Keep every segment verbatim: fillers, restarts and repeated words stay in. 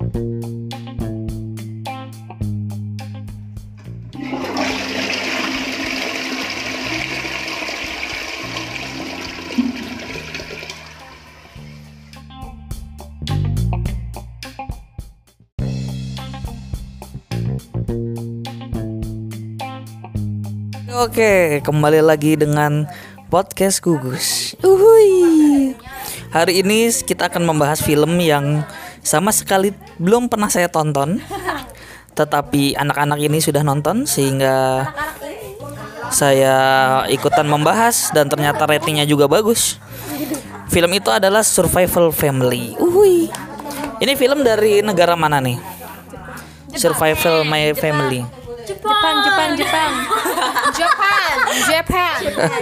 Oke, kembali lagi dengan podcast Gugus. Uhuy. Hari ini kita akan membahas film yang sama sekali belum pernah saya tonton, tetapi anak-anak ini sudah nonton sehingga saya ikutan membahas dan ternyata ratingnya juga bagus. Film itu adalah Survival Family. Uhuy. Ini film dari negara mana nih? Survival My Family. Jepang, Jepang, Jepang. Jepang, Jepang.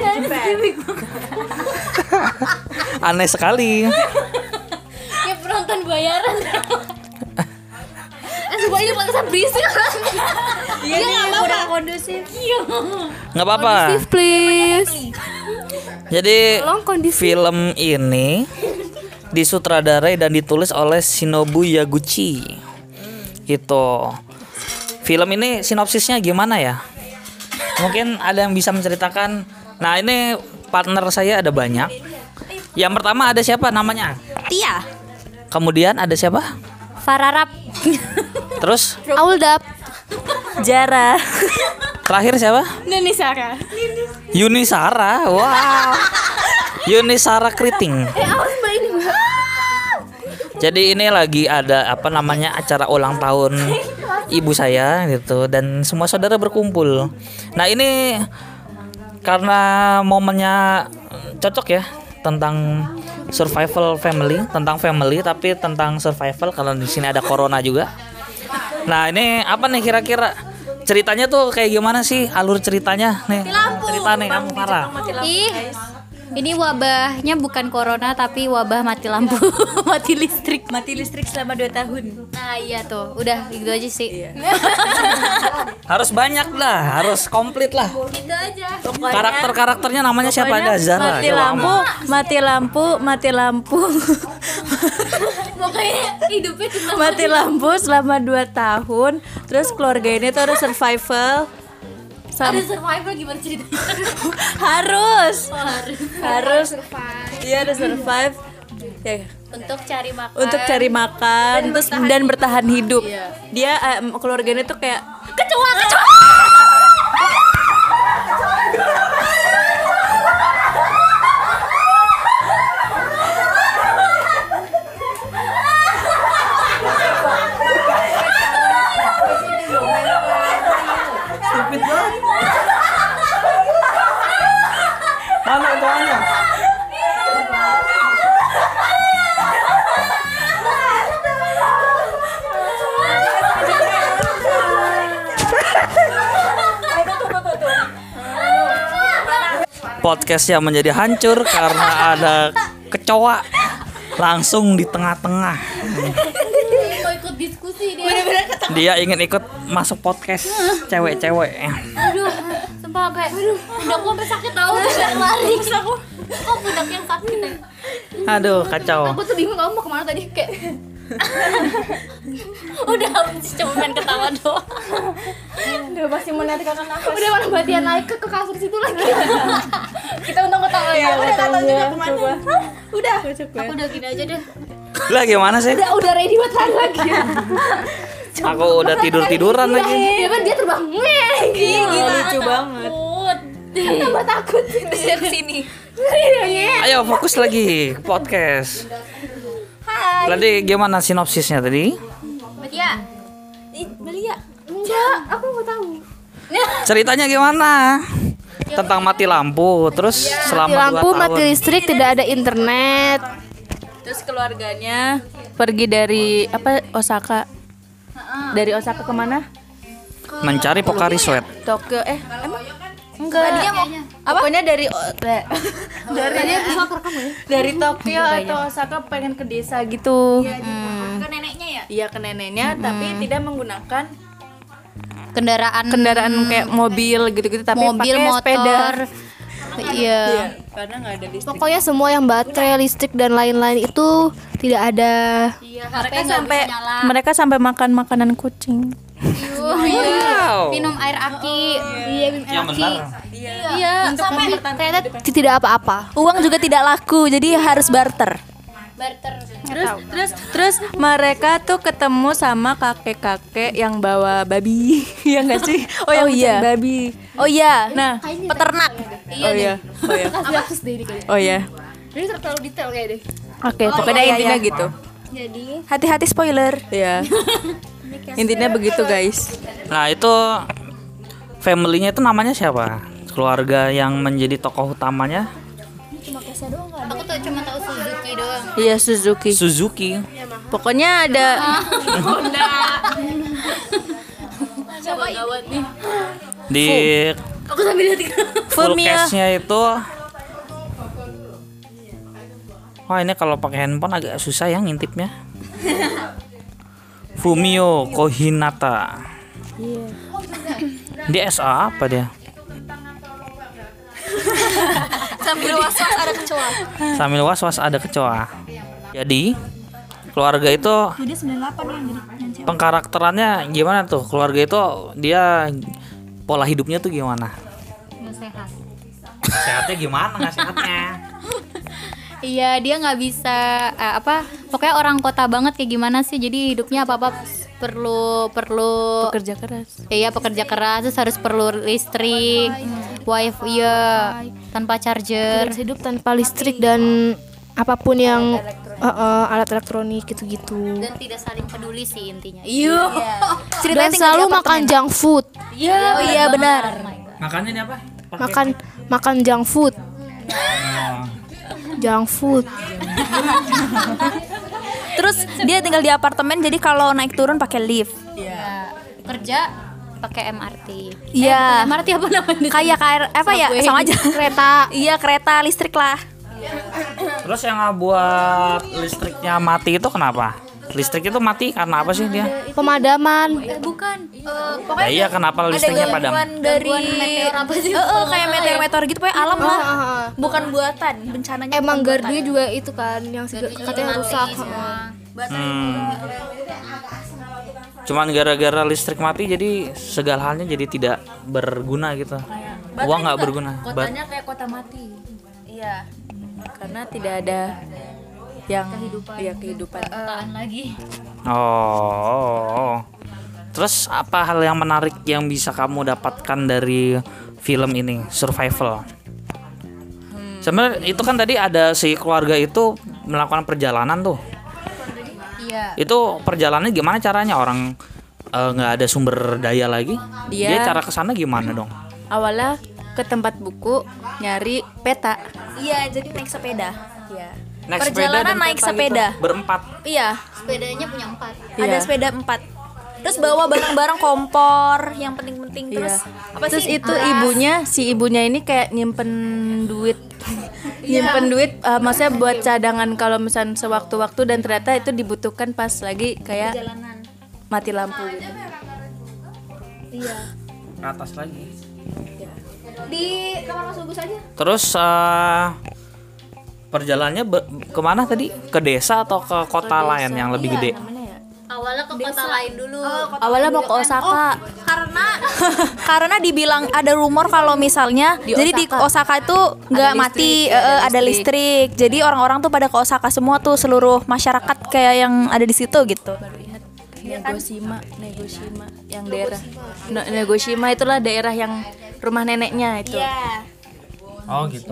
Aneh sekali. Ya penonton bayaran. Eh, sebuah ini podcast berisik. Iya, enggak apa-apa. Kondusif. Iya. Enggak apa-apa. Kondusif, please. Jadi Tolong kondisi. film ini disutradarai dan ditulis oleh Shinobu Yaguchi. Gitu. Film ini sinopsisnya gimana ya? Mungkin ada yang bisa menceritakan. Nah, ini partner saya ada banyak. Yang pertama ada siapa namanya? Tia. Kemudian ada siapa? Fararap. Terus Auldap. Jara. terakhir siapa? Nini Sarah. Yuni Sara. Wow. Yuni Sara Kriting. Eh, awas Mbak ini, Mbak. Jadi ini lagi ada apa namanya acara ulang tahun ibu saya gitu dan semua saudara berkumpul. Nah, ini karena momennya cocok ya tentang survival family, tentang family tapi tentang survival kalau di sini ada corona juga. Nah, ini apa nih kira-kira ceritanya tuh kayak gimana sih alur ceritanya nih? Cerita nih kamu Farah. Ih, ini wabahnya bukan corona tapi wabah mati lampu, mati listrik, mati listrik selama dua tahun. Nah iya tuh, udah gitu aja sih. Iya. Harus banyak lah, harus komplit lah. Gitu aja. Karakter-karakternya namanya siapa ada Zara? Mati Coba lampu, kamu. mati lampu, mati lampu. Pokoknya hidupnya cuma Mati lampu selama dua tahun. Terus keluarga ini tuh ada survival. Sam- ada survival gimana ceritanya? harus. Oh, harus. Harus. survive. Iya, ada survive. Ya, Untuk cari makan. untuk cari makan dan terus bertahan dan bertahan hidup. Iya. Dia um, keluarganya tuh kayak kecoa, kecoa. Stupid banget. Mana doanya? Podcastnya menjadi hancur karena ada kecoa langsung di tengah-tengah. Mau ikut diskusi dia. Dia ingin ikut masuk podcast cewek-cewek. Aduh, sumpah kayak aduh, pundakku sampai sakit tahu biar lari. Aku kok pundak yang sakit ya? Aduh, kacau. Aku tuh bingung kamu mau kemana tadi kayak udah habis cuma main ketawa doang. udah pasti menarikkan nafas. Udah mana Mbak Tia naik ke, ke kasur situ lagi. Kita untung ketawa ya. Udah tahu juga kemana. Udah. Aku udah gini aja deh. Lah gimana sih? Udah udah ready buat lari lagi. Aku udah tidur-tiduran lagi. Iya kan dia terbang. Ngeh, gitu. Lucu banget. Tambah takut dari sini. Ayo fokus lagi ke podcast. Hai. Tadi gimana sinopsisnya tadi? Mbak Tia. Ih, Mbak Lia. Enggak, aku enggak tahu. Ceritanya gimana? Tentang mati lampu, terus selama Mati lampu, dua tahun. mati listrik, tidak ada internet. Terus keluarganya pergi dari apa Osaka. Dari Osaka kemana? Mencari Pocari Sweat. Tokyo. Eh, emang enggak. Tadinya mau Pokoknya dari o- le- dari dia bisa kerekam ya? dari Tokyo atau Osaka pengen ke desa gitu. Ke neneknya ya? Iya, ke neneknya tapi tidak menggunakan Kendaraan kendaraan kayak mobil gitu-gitu tapi mobil, pakai motor. sepeda. Iya. Karena nggak ada listrik. Pokoknya semua yang baterai, listrik dan lain-lain itu tidak ada. Iya, Mereka sampai mereka sampai makan makanan kucing. Wow. minum air aki. Iya, Yang benar. Iya, sampai ternyata tidak apa-apa. Uang juga tidak laku, jadi harus barter. barter. Terus terus terus mereka tuh ketemu sama kakek-kakek yang bawa babi. Iya enggak sih? Oh, yang iya. mencari babi. Oh iya. Nah, Peternak. oh iya. Oh iya. Kasih akses deh ini kayaknya. Oh iya. Ini terlalu detail kayak deh. Oke, pokoknya iya, intinya iya. gitu. Jadi Hati-hati spoiler. Iya. Intinya begitu, guys. Nah, itu family-nya itu namanya siapa? Keluarga yang menjadi tokoh utamanya Aku tuh cuma tahu Suzuki doang. Iya, Suzuki. Suzuki. Pokoknya ada Di Aku sambil lihat. full Fumia. cast-nya itu. Wah, ini kalau pakai handphone agak susah ya ngintipnya. Fumio Kohinata. Dia S A apa dia? sambil was-was ada kecoa. Sambil was-was ada kecoa. Jadi keluarga itu pengkarakterannya gimana tuh? Keluarga itu dia pola hidupnya tuh gimana? Nggak sehat. Sehatnya gimana? Nggak sehatnya? Iya, dia nggak bisa eh, apa? Pokoknya orang kota banget kayak gimana sih? Jadi hidupnya apa-apa perlu perlu pekerja keras. Iya, pekerja keras, terus harus perlu listrik, wifi, ya, tanpa charger. Harus hidup tanpa listrik dan apapun yang uh, uh, alat elektronik gitu-gitu. Dan tidak saling peduli sih intinya. Iya. Ceritanya Dan tinggal selalu di makan apartemen. junk food. Iya, Oh iya benar. Makannya dia apa? Makan makan junk food. Junk food. Terus dia tinggal di apartemen, jadi kalau naik turun pakai lift. Iya. Kerja pakai M R T. Iya. Eh, M R T apa namanya? Kayak K R apa ya? Subway. Sama aja. Kereta. Iya, kereta listrik lah. Terus yang buat listriknya mati itu kenapa? Listrik itu mati karena apa sih dia? Pemadaman. Eh, bukan. Eh, Ya iya, kenapa listriknya padam? dari meteor apa sih? Eh, eh, kayak meteor-meteor gitu, pokoknya alam lah. Ah, ah, ah. Bukan buatan, bencananya. Emang bukan gardunya juga itu kan yang sega- katanya rusak. Hmm. Cuman gara-gara listrik mati jadi segala halnya jadi tidak berguna gitu. Uang nggak berguna. Bat- Kotanya kayak kota mati. Iya. Karena tidak ada yang kehidupan. Iya, kehidupan. Apaan lagi? Oh. Terus apa hal yang menarik yang bisa kamu dapatkan dari film ini, Survival? Sebenarnya itu kan tadi ada si keluarga itu melakukan perjalanan tuh. Iya. Itu perjalanannya gimana caranya? Orang eh, nggak ada sumber daya lagi. Dia- Dia cara kesana gimana dong? Awalnya ke tempat buku nyari peta. Iya, jadi naik sepeda. Iya. Naik sepeda Perjalanan dan naik peta sepeda. gitu. Berempat. Iya, Sepedanya punya empat. ada Iya. sepeda empat. Terus bawa barang-barang kompor yang penting-penting. Terus apa Terus sih? itu ibunya, si ibunya ini kayak nyimpen duit. nyimpen duit uh, maksudnya buat cadangan kalau misalnya sewaktu-waktu, dan ternyata itu dibutuhkan pas lagi kayak mati lampu gitu. Ke atas lagi. Di kamar Mas Bagus aja. Terus eh, perjalanannya be- kemana tadi? Ke desa atau ke kota lain yang lebih gede? Awalnya ke kota lain dulu. Awalnya mau ke Osaka. Karena karena dibilang ada rumor kalau misalnya jadi di Osaka itu nggak mati, listrik, eh, ada eh, ada listrik. Jadi orang-orang tuh pada ke Osaka semua tuh, seluruh masyarakat kayak yang ada di situ gitu. Negoshima, Negoshima yang daerah. No, Negoshima itulah daerah yang rumah neneknya itu. Oh gitu.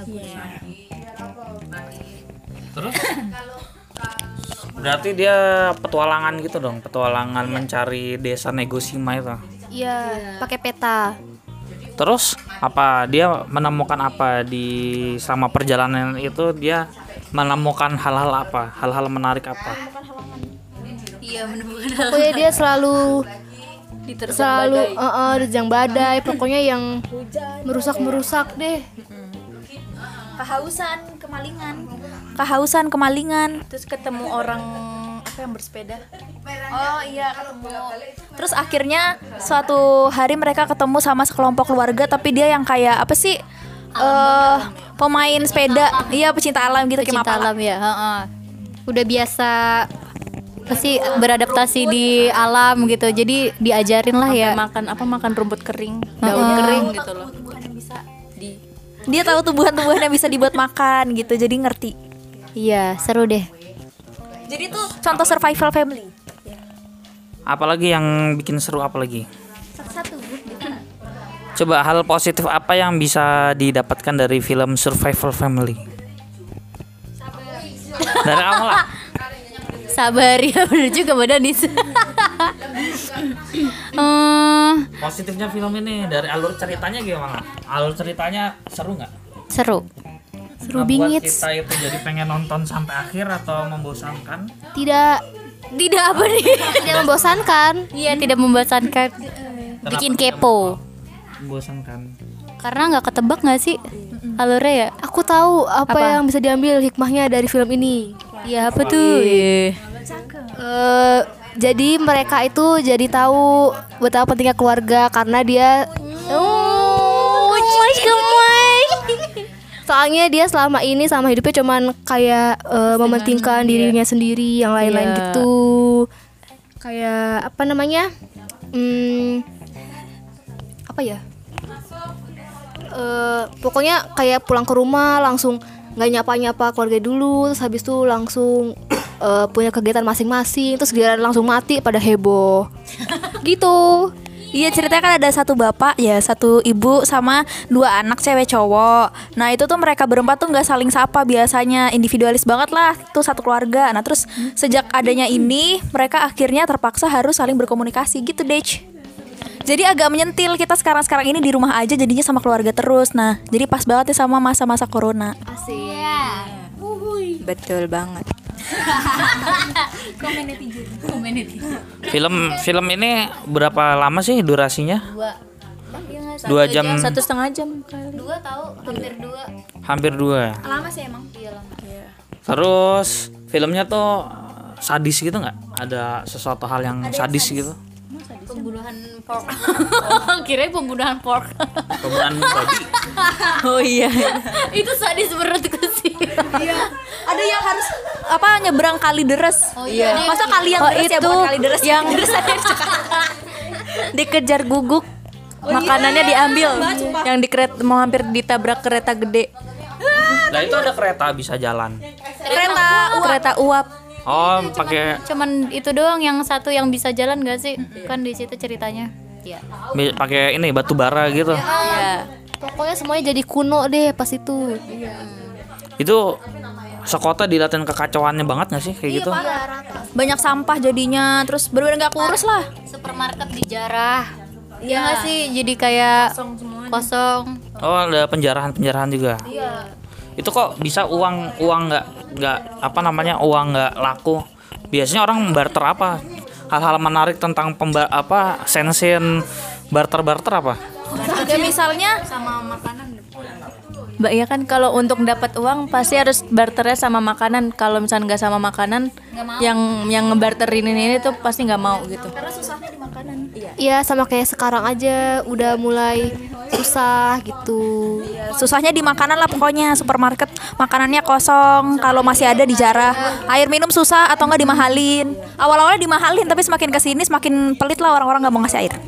Terus? Berarti dia petualangan gitu dong, petualangan mencari desa Negoshima itu. Iya, pakai peta. Terus apa dia menemukan apa di selama perjalanan itu? Dia menemukan hal-hal apa? Hal-hal menarik apa? Iya, menemukan. Pokoknya dia selalu selalu uh, uh, diterjang badai, pokoknya yang merusak-merusak deh. Kehausan, kemalingan. Kehausan, kemalingan. Terus ketemu orang apa yang bersepeda? Oh iya, ketemu. Terus akhirnya suatu hari mereka ketemu sama sekelompok keluarga, tapi dia yang kayak apa sih? eh pemain sepeda, iya pecinta alam gitu kayak Pecinta Mapala. alam ya, heeh. Udah biasa pasti beradaptasi di alam gitu. Jadi diajarin lah ya. Makan apa makan rumput kering, daun kering gitu loh. Dia tahu tumbuhan-tumbuhan yang bisa dibuat makan gitu, jadi ngerti. Iya, seru deh. Jadi tuh contoh survival family. Apalagi yang bikin seru apalagi? Coba hal positif apa yang bisa didapatkan dari film Survival Family? Dari awal lah. Sabar ya, bener juga Mbak Danis. Eh, Positifnya film ini dari alur ceritanya gimana? Alur ceritanya seru nggak? seru. Seru Ngebuat bingit. kita itu jadi pengen nonton sampai akhir atau membosankan? Tidak tidak apa nih? Tidak membosankan. Iya, tidak membosankan. Bikin kepo. Membosankan. Karena nggak ketebak nggak sih alurnya ya? Aku tahu apa, Apa? yang bisa diambil hikmahnya dari film ini. Iya, apa tuh? Eh, jadi mereka itu jadi tahu betapa pentingnya keluarga karena dia oh, gemes gemes. Soalnya dia selama ini sama hidupnya cuman kayak eh, mementingkan dirinya sendiri, yang lain-lain Iya. gitu. Kayak apa namanya? Hmm, apa ya? Eh, pokoknya kayak pulang ke rumah langsung nggak nyapa-nyapa keluarga dulu, terus habis itu langsung eh, punya kegiatan masing-masing, terus giliran langsung mati pada heboh gitu. Iya, ceritanya kan ada satu bapak ya, satu ibu sama dua anak cewek cowok. Nah itu tuh mereka berempat tuh nggak saling sapa biasanya, individualis banget lah tuh satu keluarga. Nah terus sejak adanya ini mereka akhirnya terpaksa harus saling berkomunikasi gitu deh. Jadi agak menyentil kita sekarang-sekarang ini di rumah aja jadinya sama keluarga terus. Nah jadi pas banget ya sama masa-masa corona. Betul banget. Film film ini berapa lama sih durasinya? Dua jam, Satu setengah jam kali. Dua tahu, hampir dua. hampir dua. Lama sih emang. Terus filmnya tuh sadis gitu nggak? Ada sesuatu hal yang sadis gitu? Pembunuhan pork. Kirain pembunuhan pork. Pembunuhan babi. Oh iya. Itu sadis menurutku sih. Ada yang harus apa nyebrang kali deres. Oh iya. Masa kali yang Oh, deres ya itu bukan kali deres yang dikejar guguk. Makanannya diambil. Yang di kereta mau hampir ditabrak kereta gede. Nah itu ada kereta bisa jalan. kereta Kereta uap. Oh pakai Cuman itu doang yang satu yang bisa jalan gak sih? Kan di situ ceritanya. Iya. bi- pakai ini batu bara gitu. Iya. Pokoknya semuanya jadi kuno deh pas itu. Itu sekota diliatin kekacauannya banget nggak sih kayak gitu? banyak sampah jadinya, terus bener-bener nggak kurus lah. Supermarket dijarah. Iya nggak sih? Jadi kayak kosong. Oh ada penjarahan-penjarahan juga. Iya. Itu kok bisa uang uang nggak nggak apa namanya uang nggak laku? Biasanya orang barter apa? Hal-hal menarik tentang pemba apa sensen barter-barter apa? Ya misalnya Mbak ya kan kalau untuk dapat uang pasti harus barternya sama makanan. Kalau misalnya nggak sama makanan, yang yang ngebarterin ini tuh pasti nggak mau gitu. Iya, sama kayak sekarang aja udah mulai susah gitu. susahnya di makanan lah pokoknya, supermarket makanannya kosong, kalau masih ada dijarah. Air minum susah atau nggak dimahalin. Awal-awalnya dimahalin tapi semakin kesini semakin pelit lah orang-orang nggak mau ngasih air.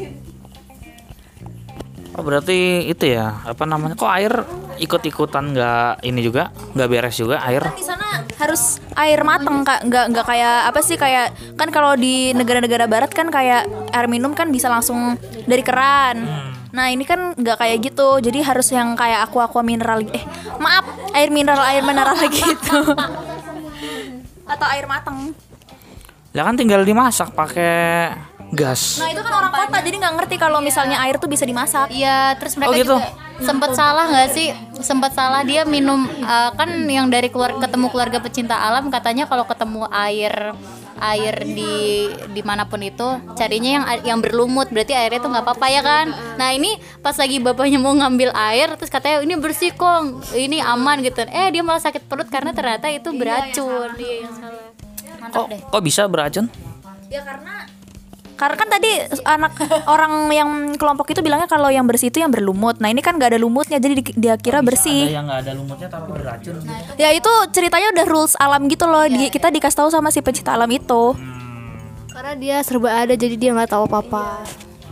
Oh berarti itu ya apa namanya? Kok air ikut-ikutan nggak ini juga nggak beres juga air? Di sana harus air mateng kak, nggak nggak kayak apa sih kayak kan kalau di negara-negara barat kan kayak air minum kan bisa langsung dari keran. Nah ini kan nggak kayak gitu, jadi harus yang kayak aqua aqua mineral eh maaf air mineral air mineral gitu atau air mateng. Ya kan tinggal dimasak pakai gas. Nah itu kan orang kota jadi nggak ngerti kalau misalnya air tuh bisa dimasak. Iya, terus mereka Oh, gitu? juga sempat salah nggak sih? Sempat salah dia minum eh, kan yang dari keluar ketemu keluarga pecinta alam katanya kalau ketemu air air di dimanapun itu carinya yang yang berlumut, berarti airnya tuh nggak apa-apa ya kan? Nah ini pas lagi bapaknya mau ngambil air terus katanya ini bersih kok, ini aman gitu. Eh dia malah sakit perut karena ternyata itu beracun. Dia yang salah. Mantap Kok deh. kok bisa beracun? Ya karena Karena kan tadi anak orang yang kelompok itu bilangnya kalau yang bersih itu yang berlumut. Nah ini kan nggak ada lumutnya, jadi di- dia kira Ada bersih. yang nggak ada lumutnya tapi beracun. Ya itu ceritanya udah rules alam gitu loh. Di- kita dikasih tahu sama si pencipta alam itu. Karena dia serba ada jadi dia nggak tahu apa-apa.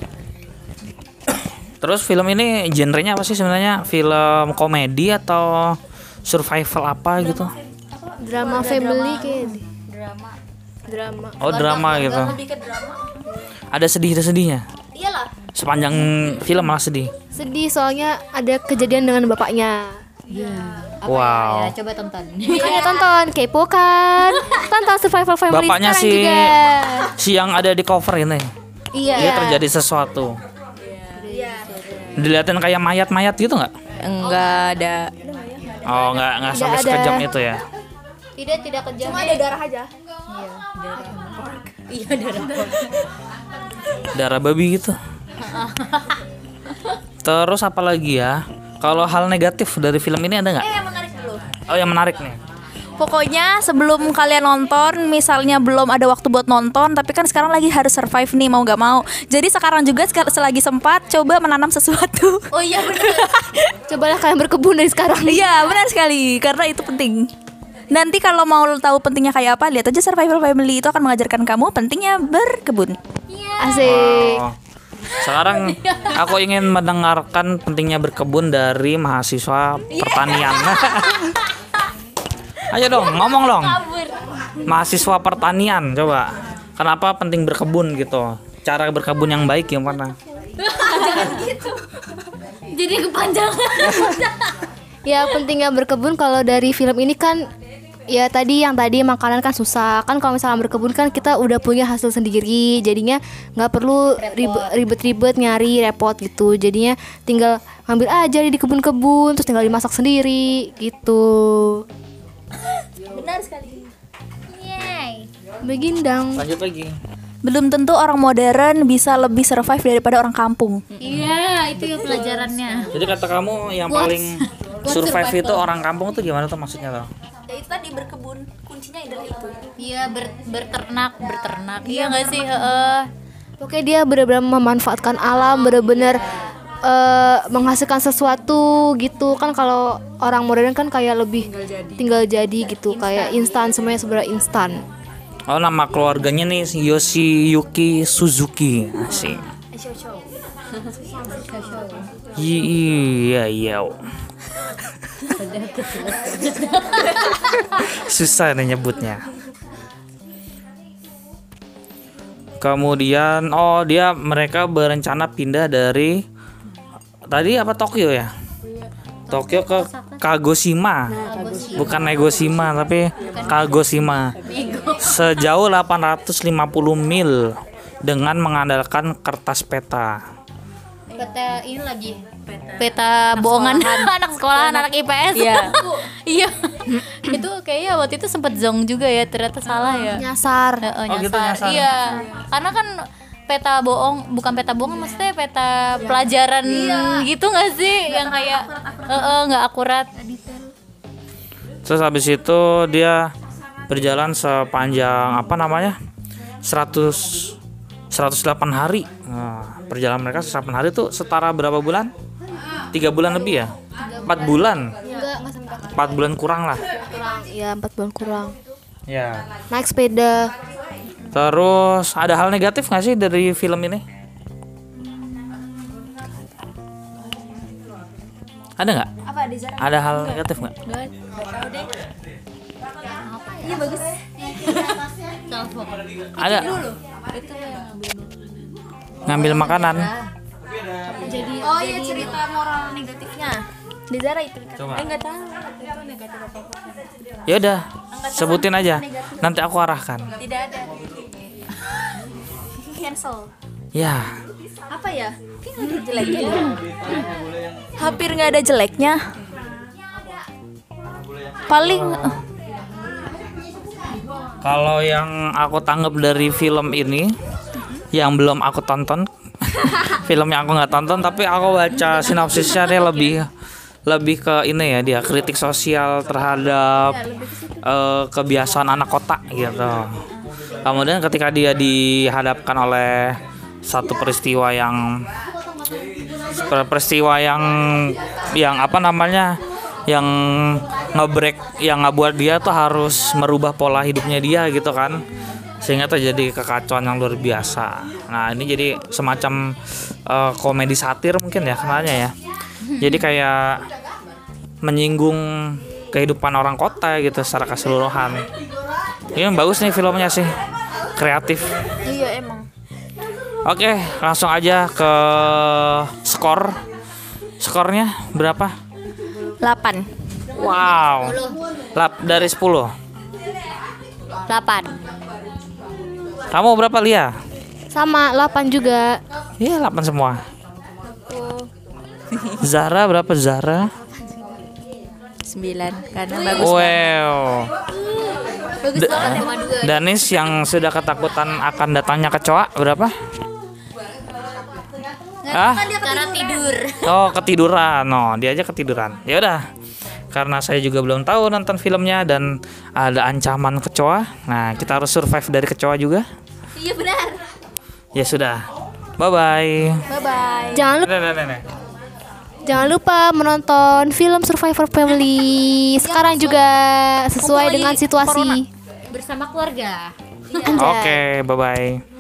Terus film ini genrenya apa sih sebenarnya? Film komedi atau survival apa gitu? Drama family kayak drama. Drama. Oh drama gitu. Ada sedih-sedihnya? Iyalah. Sepanjang film malah sedih. Sedih soalnya ada kejadian dengan bapaknya. Wow. Ya, coba tonton. Makanya tonton, kepo kan? Tonton survival family Bapaknya sekarang si juga. si yang ada di cover ini. Iya. Dia terjadi sesuatu. Dilihatin kayak mayat-mayat gitu nggak? Enggak ada. Oh nggak nggak sampai ada. sekejam itu ya. Tidak tidak kejam. Cuma ada darah aja. Darah babi gitu. Terus apa lagi ya? Kalau hal negatif dari film ini ada nggak? Oh yang menarik nih. Pokoknya sebelum kalian nonton, misalnya belum ada waktu buat nonton, tapi kan sekarang lagi harus survive nih mau gak mau. Jadi sekarang juga sek- selagi sempat coba menanam sesuatu. Oh iya benar. Cobalah kalian berkebun dari sekarang. Iya benar sekali, karena itu penting. Nanti kalau mau tahu pentingnya kayak apa, lihat aja Survival Family, itu akan mengajarkan kamu pentingnya berkebun. Asik. Oh. Sekarang aku ingin mendengarkan pentingnya berkebun dari mahasiswa pertanian. Ayo dong, ngomong dong. Mahasiswa pertanian, coba. Kenapa penting berkebun gitu? Cara berkebun yang baik gimana? Jadi kepanjangan. Ya pentingnya berkebun kalau dari film ini kan ya tadi yang tadi makanan kan susah kan, kalau misalnya berkebun kan kita udah punya hasil sendiri, jadinya nggak perlu ribe- ribet-ribet nyari repot gitu, jadinya tinggal ngambil aja di kebun-kebun terus tinggal dimasak sendiri gitu. Benar sekali. Begindang. Lanjut lagi. Belum tentu orang modern bisa lebih survive daripada orang kampung. Iya, itu ya pelajarannya. Jadi kata kamu yang paling survive itu orang kampung tuh gimana tuh maksudnya tuh? Ya itu tadi berkebun, kuncinya adalah itu. Iya, ber- berternak, berternak. Iya nggak sih? Heeh. Oke, dia benar-benar memanfaatkan alam, benar-benar eh, menghasilkan sesuatu gitu kan. Kalau orang modern kan kayak lebih tinggal jadi gitu, kayak instan, semuanya sebenarnya instan. Oh nama keluarganya nih Yoshiyuki Suzuki. Asik. Iya iya. Susah nih nyebutnya. Kemudian oh dia mereka berencana pindah dari tadi apa Tokyo ya? Tokyo ke Kagoshima. Bukan Negoshima tapi Kagoshima. Sejauh delapan ratus lima puluh mil dengan mengandalkan kertas peta. Peta ini lagi. Peta bohongan anak sekolahan, anak I P S. Iya. Iya. Itu kayaknya waktu itu sempat zong juga ya, ternyata salah ya. Nyasar. Heeh, Oh, gitu, nyasar. nyasar. Iya. Karena kan peta bohong, bukan peta bohong maksudnya peta pelajaran gitu nggak sih, yang kayak heeh nggak akurat. Terus habis itu dia berjalan sepanjang apa namanya seratus seratus delapan hari. Nah, perjalanan mereka seratus delapan hari itu setara berapa bulan? Tiga bulan lebih ya? Empat bulan? Enggak, enggak sampai Empat bulan kurang lah. kurang. Iya, empat bulan kurang. Ya. Naik sepeda. Terus ada hal negatif nggak sih dari film ini? Ada nggak? Apa di Zara? Ada hal negatif nggak? Iya bagus. Ada. Ngambil makanan. Oh iya cerita moral negatifnya. Di Zara itu. Coba. Enggak tahu. Itu negatif apa apa. Ya udah, sebutin aja. Nanti aku arahkan. Tidak ada. Cancel. Ya. Apa ya? Kayak nggak ada jeleknya. Hampir nggak ada jeleknya. Paling Kalau yang aku tanggap dari film ini, yang belum aku tonton, film yang aku nggak tonton, tapi aku baca sinopsisnya dia lebih lebih ke ini ya, dia kritik sosial terhadap eh, kebiasaan anak kota gitu. Kemudian ketika dia dihadapkan oleh satu peristiwa yang peristiwa yang yang apa namanya yang ngebreak, yang ngebuat dia tuh harus merubah pola hidupnya dia gitu kan, sehingga terjadi kekacauan yang luar biasa. Nah ini jadi semacam uh, komedi satir mungkin ya kenanya ya. Jadi kayak menyinggung kehidupan orang kota gitu secara keseluruhan. Ini bagus nih filmnya sih, kreatif. Iya emang. Oke, langsung aja ke skor. Skornya berapa? delapan. Wow. Lap dari sepuluh. delapan. Kamu berapa, Lia? Sama delapan juga. Iya, delapan semua. Zara berapa, Zara? sembilan karena bagus. Wow. Bagus Da- banget sama dua. Danis yang sudah ketakutan akan datangnya kecoa berapa? Ah? Karena tidur. Oh, ketiduran. No, dia aja ketiduran. Ya udah. Karena saya juga belum tahu nonton filmnya dan ada ancaman kecoa. Nah, kita harus survive dari kecoa juga. Iya benar. Ya sudah. Bye bye. Bye bye. Jangan lupa, jangan lupa menonton film Survivor Family sekarang juga sesuai Kumpul lagi dengan situasi. bersama keluarga. Oke, bye bye.